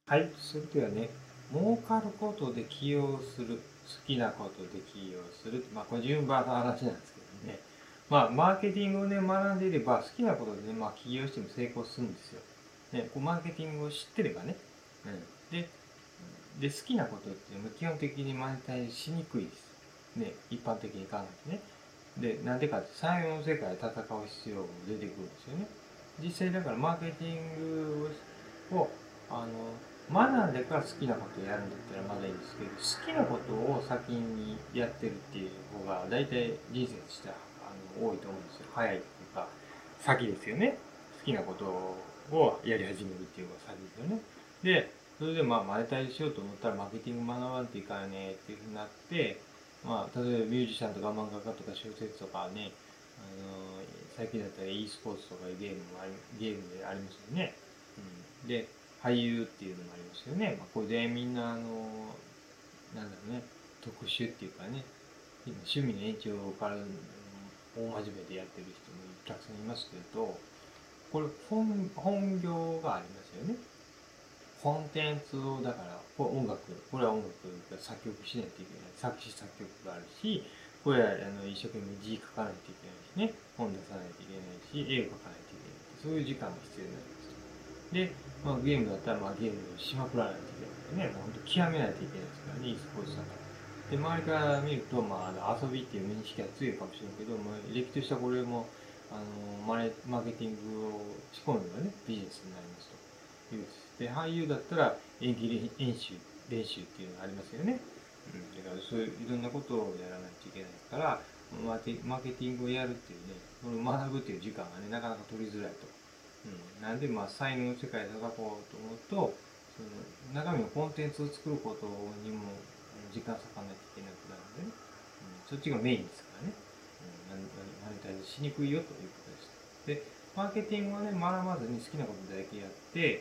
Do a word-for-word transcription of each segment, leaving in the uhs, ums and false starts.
はい、それではね、儲かることで起業する、好きなことで起業する、まあ、これ順番の話なんですけどね、まあ、マーケティングをね、学んでいれば、好きなことでね、まあ、起業しても成功するんですよ。ね、こうマーケティングを知ってればね、うん。で、で、好きなことっていうのは基本的にマネタイズしにくいです。ね、一般的に考えてね。で、なんでかって、採用の世界で戦う必要も出てくるんですよね。実際だからマーケティングを、あの、学んでから好きなことをやるんだったらまだいいんですけど、好きなことを先にやってるっていう方が、大体人生としてはあの多いと思うんですよ。早いっていうか、先ですよね。好きなことをやり始めるっていうのが先ですよね。で、それでまあマネタイズしようと思ったらマーケティング学ばんといかんねっていうふうになって、まあ、例えばミュージシャンとか漫画家とか小説とかね、あの最近だったら e スポーツとかゲームもありゲームでありますよね。うん、で、俳優っていうのもありますよね。まあ、これでみんなあのなんだろうね、特殊っていうかね、趣味の延長から大真面目でやってる人もたくさんいますけど、これ本本業がありますよね。コンテンツをだからこれ音楽、これは音楽が作曲しないといけない、作詞作曲があるし、これはあの一生懸命字書かないといけないしね、本出さないといけないし、絵を描かないといけない、そういう時間が必要になりますと。で、まあ、ゲームだったらまあゲームをしまくらないといけないね、もう本当極めないといけないですからね、e スポーツだから。で、周りから見ると、まあ、あの遊びっていう認識が強いかもしれんけど、まあ、れっきとしたこれもあのマネマーケティングを仕込めばね、ビジネスになりますという。で、俳優だったら演技練習、練習っていうのがありますよね。うん、だからそういういろんなことをやらないといけないから、マーケマーケティングをやるっていうね、この学ぶっていう時間がね、なかなか取りづらいと。うん、なんで、まあ、才能の世界で叩こうと思うと、その中身のコンテンツを作ることにも時間割かないといけなくなるんでね、うん、そっちがメインですからね、うん、マネタイズしにくいよということです。で、マーケティングをね、学ばずに好きなことだけやって、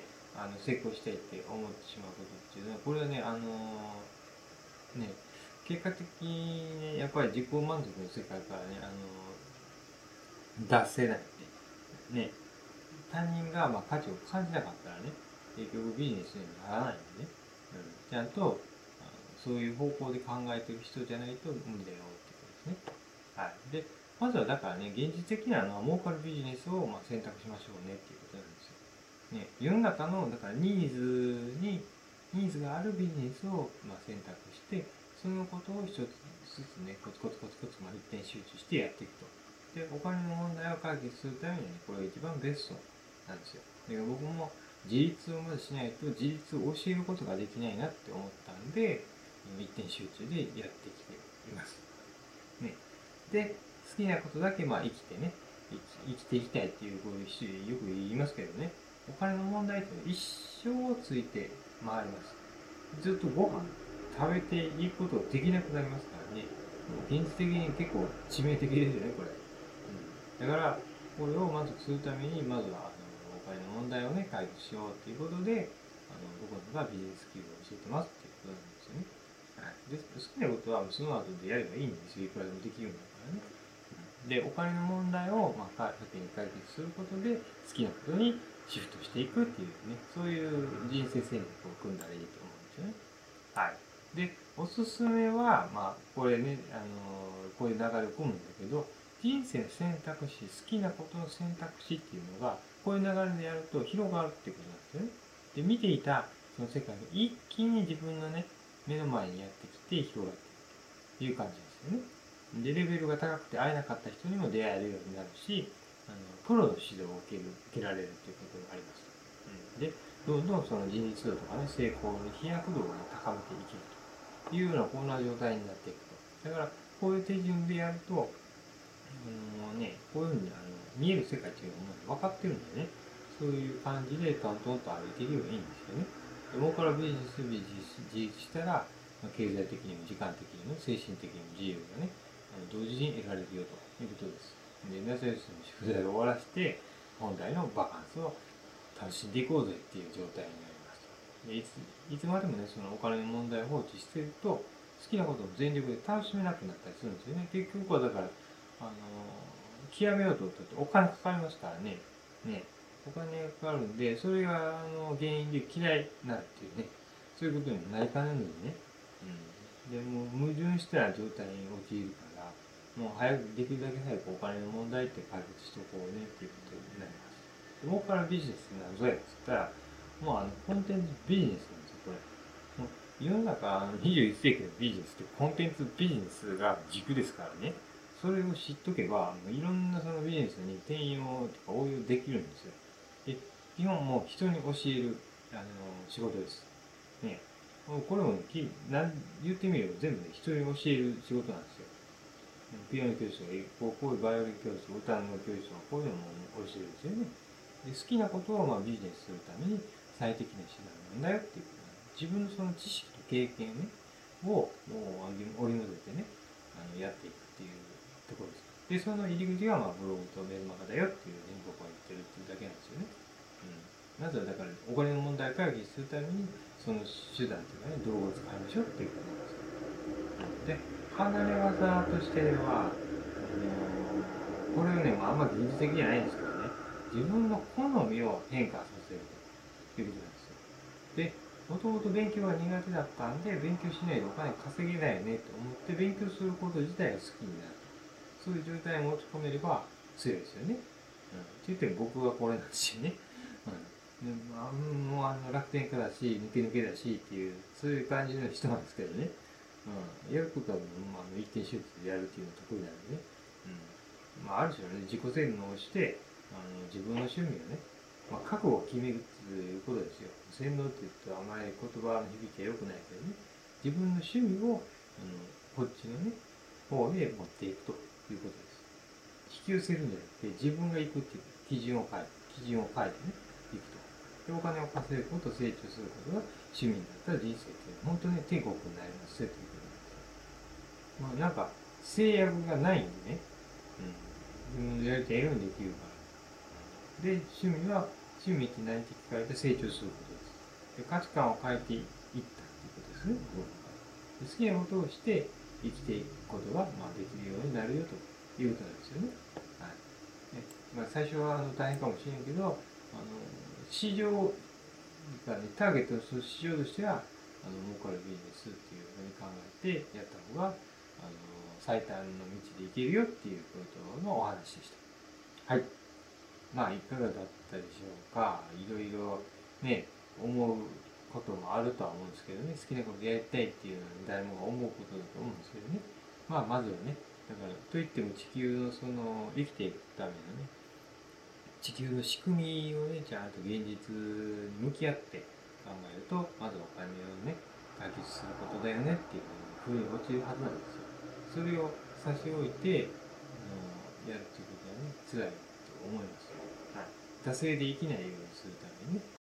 あの成功したいって思ってしまうことっていうのは、これはね、あのーね、結果的にね、やっぱり自己満足の世界からね、あのー脱せないんで、ね、他人がまあ価値を感じなかったらね、結局ビジネスにはならないんでね、うん、ちゃんとあのそういう方向で考えてる人じゃないと無理だよってことですね。はい。で、まずはだからね、現実的なのは儲かるビジネスをまあ選択しましょうねっていうことなんですよ。ね、世の中のだからニーズにニーズがあるビジネスをまあ選択して、そのことを一つずつね、コツコツコツコツまあ一点集中してやっていくと。で、お金の問題を解決するためにはね、これが一番ベストなんですよ。だから僕も自立をまずしないと自立を教えることができないなって思ったんで、一点集中でやってきています。ね。で、好きなことだけまあ生きてね、生きていきたいっていうこういう人よく言いますけどね、お金の問題って一生ついて回ります。ずっとご飯食べていくことができなくなりますからね。もう現実的に結構致命的ですよね、これ。うん、だから、これを満足するために、まずはあのお金の問題をね、解決しようっていうことで、あの僕がビジネススキルを教えてますっていうことなんですよね。はい、で好きなことはその後でやればいいんですよ。いくらでもできるんだからね。で、お金の問題を、まあ、先に解決することで、好きなことにシフトしていくっていうね、そういう人生戦略を組んだらいいと思うんですよね。はい。で、おすすめは、まあ、これね、あのこういう流れを組むんだけど、人生の選択肢、好きなことの選択肢っていうのが、こういう流れでやると広がるっていうことなんですよね。で、見ていたその世界が一気に自分のね、目の前にやってきて広がっていくという感じですよね。で、レベルが高くて会えなかった人にも出会えるようになるし、あのプロの指導を受ける受けられるということがあります。うん、で、どんどんその自立度とかね、成功の飛躍度を、ね、高めていけるというようなこんな状態になっていくと。だから、こういう手順でやると、あのね、こういうふうにあの見える世界っていうのは分かってるんでね、そういう感じでトントンと歩いていけばいいんですよね。でもこからビジネスビジ自立したら、まあ、経済的にも時間的にも精神的にも自由がね、あの同時に得られるよということです。で、夏休みの宿題を終わらせて、本来のバカンスを楽しんでいこうぜっていう状態になりますと。でいついつまでもね、そのお金の問題を放置してると、好きなことを全力で楽しめなくなったりするんですよね。結局はだから、あのー極めようと思ったってお金かかりますからね。ね。 お金がかかるんで、それがあの原因で嫌いになるっていうね、そういうことになりかねないね。うん、でもう矛盾した状態に陥るから、もう早くできるだけ早くお金の問題って解決しとこうねっていうことになります。でもうからビジネスなんぞやっつったら、もうあのコンテンツビジネスなんですよ、これ。もう世の中、にじゅういっ世紀のビジネスってコンテンツビジネスが軸ですからね。それを知っとけば、いろんなそのビジネスに転用とか応用できるんですよ。で、基本もう人に教える、あの、仕事です。ね。もうこれもきなん言ってみれば全部ね、人に教える仕事なんですよ。ピアノ教室がこうこういうバイオリン教室、歌の教室がこういうのも教えるんですよね。で好きなことをまあビジネスするために最適な手段なんだよっていう自分のその知識と経験ねをもう織り交ぜてねあのやっていくっていうところです。でその入り口がまあブログとメルマガだよっていうふうに僕は言ってるっていうだけなんですよね。うん、まずはだからお金の問題解決するためにその手段っていうかね道具を使いましょうっていうことなんですよ。で離れ技としてはあのこれはね、まあ、あんまり現実的じゃないんですけどね自分の好みを変化させるということなんですよ。で、もともと勉強が苦手だったんで、勉強しないでお金稼げないよねと思って勉強すること自体が好きになる。そういう状態に持ち込めれば強いですよね。うん。って言っても僕はこれなんですよね。うん。でまあ、もうあの楽天家だし、抜け抜けだしっていう、そういう感じの人なんですけどね。うん。やることは、まあ、一点集中でやるっていうのが得意なんでね。うん。まあ、ある種のね、自己洗脳をして、あの自分の趣味をね、まあ、覚悟を決めるということですよ。洗脳って言うとあまり言葉の響きは良くないけどね。自分の趣味を、あのこっちのね、方で持っていくということです。引き寄せるんじゃなくて、自分が行くっていう基準を変えて、基準を変えてね、行くと。で、お金を稼ぐこと、成長することが趣味になったら人生って本当に天国になりますよということなんですよ。まあなんか制約がないんでね、うん、自分のやりたいようにできるから。で、趣味は、趣味って何って聞かれて成長することです。で、価値観を変えていったっていうことですね。で好きなことをして生きていくことが、まあ、できるようになるよということなんですよね。はい。ねまあ、最初はあの大変かもしれんけど、あの市場がね、ターゲットの市場としては、あの儲かるビジネスっていうふうに考えてやった方が、あの最短の道でいけるよっていうことのお話でした。はい。まあいかがだったでしょうか。いろいろね、思うこともあるとは思うんですけどね、好きなことやりたいっていうのは誰もが思うことだと思うんですけどね。まあまずはね、だからといっても地球のその生きていくためのね、地球の仕組みをね、ちゃんと現実に向き合って考えると、まずお金をね、解決することだよねっていうふうに落ちるはずなんですよ。それを差し置いて、あのやるっていうことはね、辛いと思います。はい。惰性で生きないようにするためにね、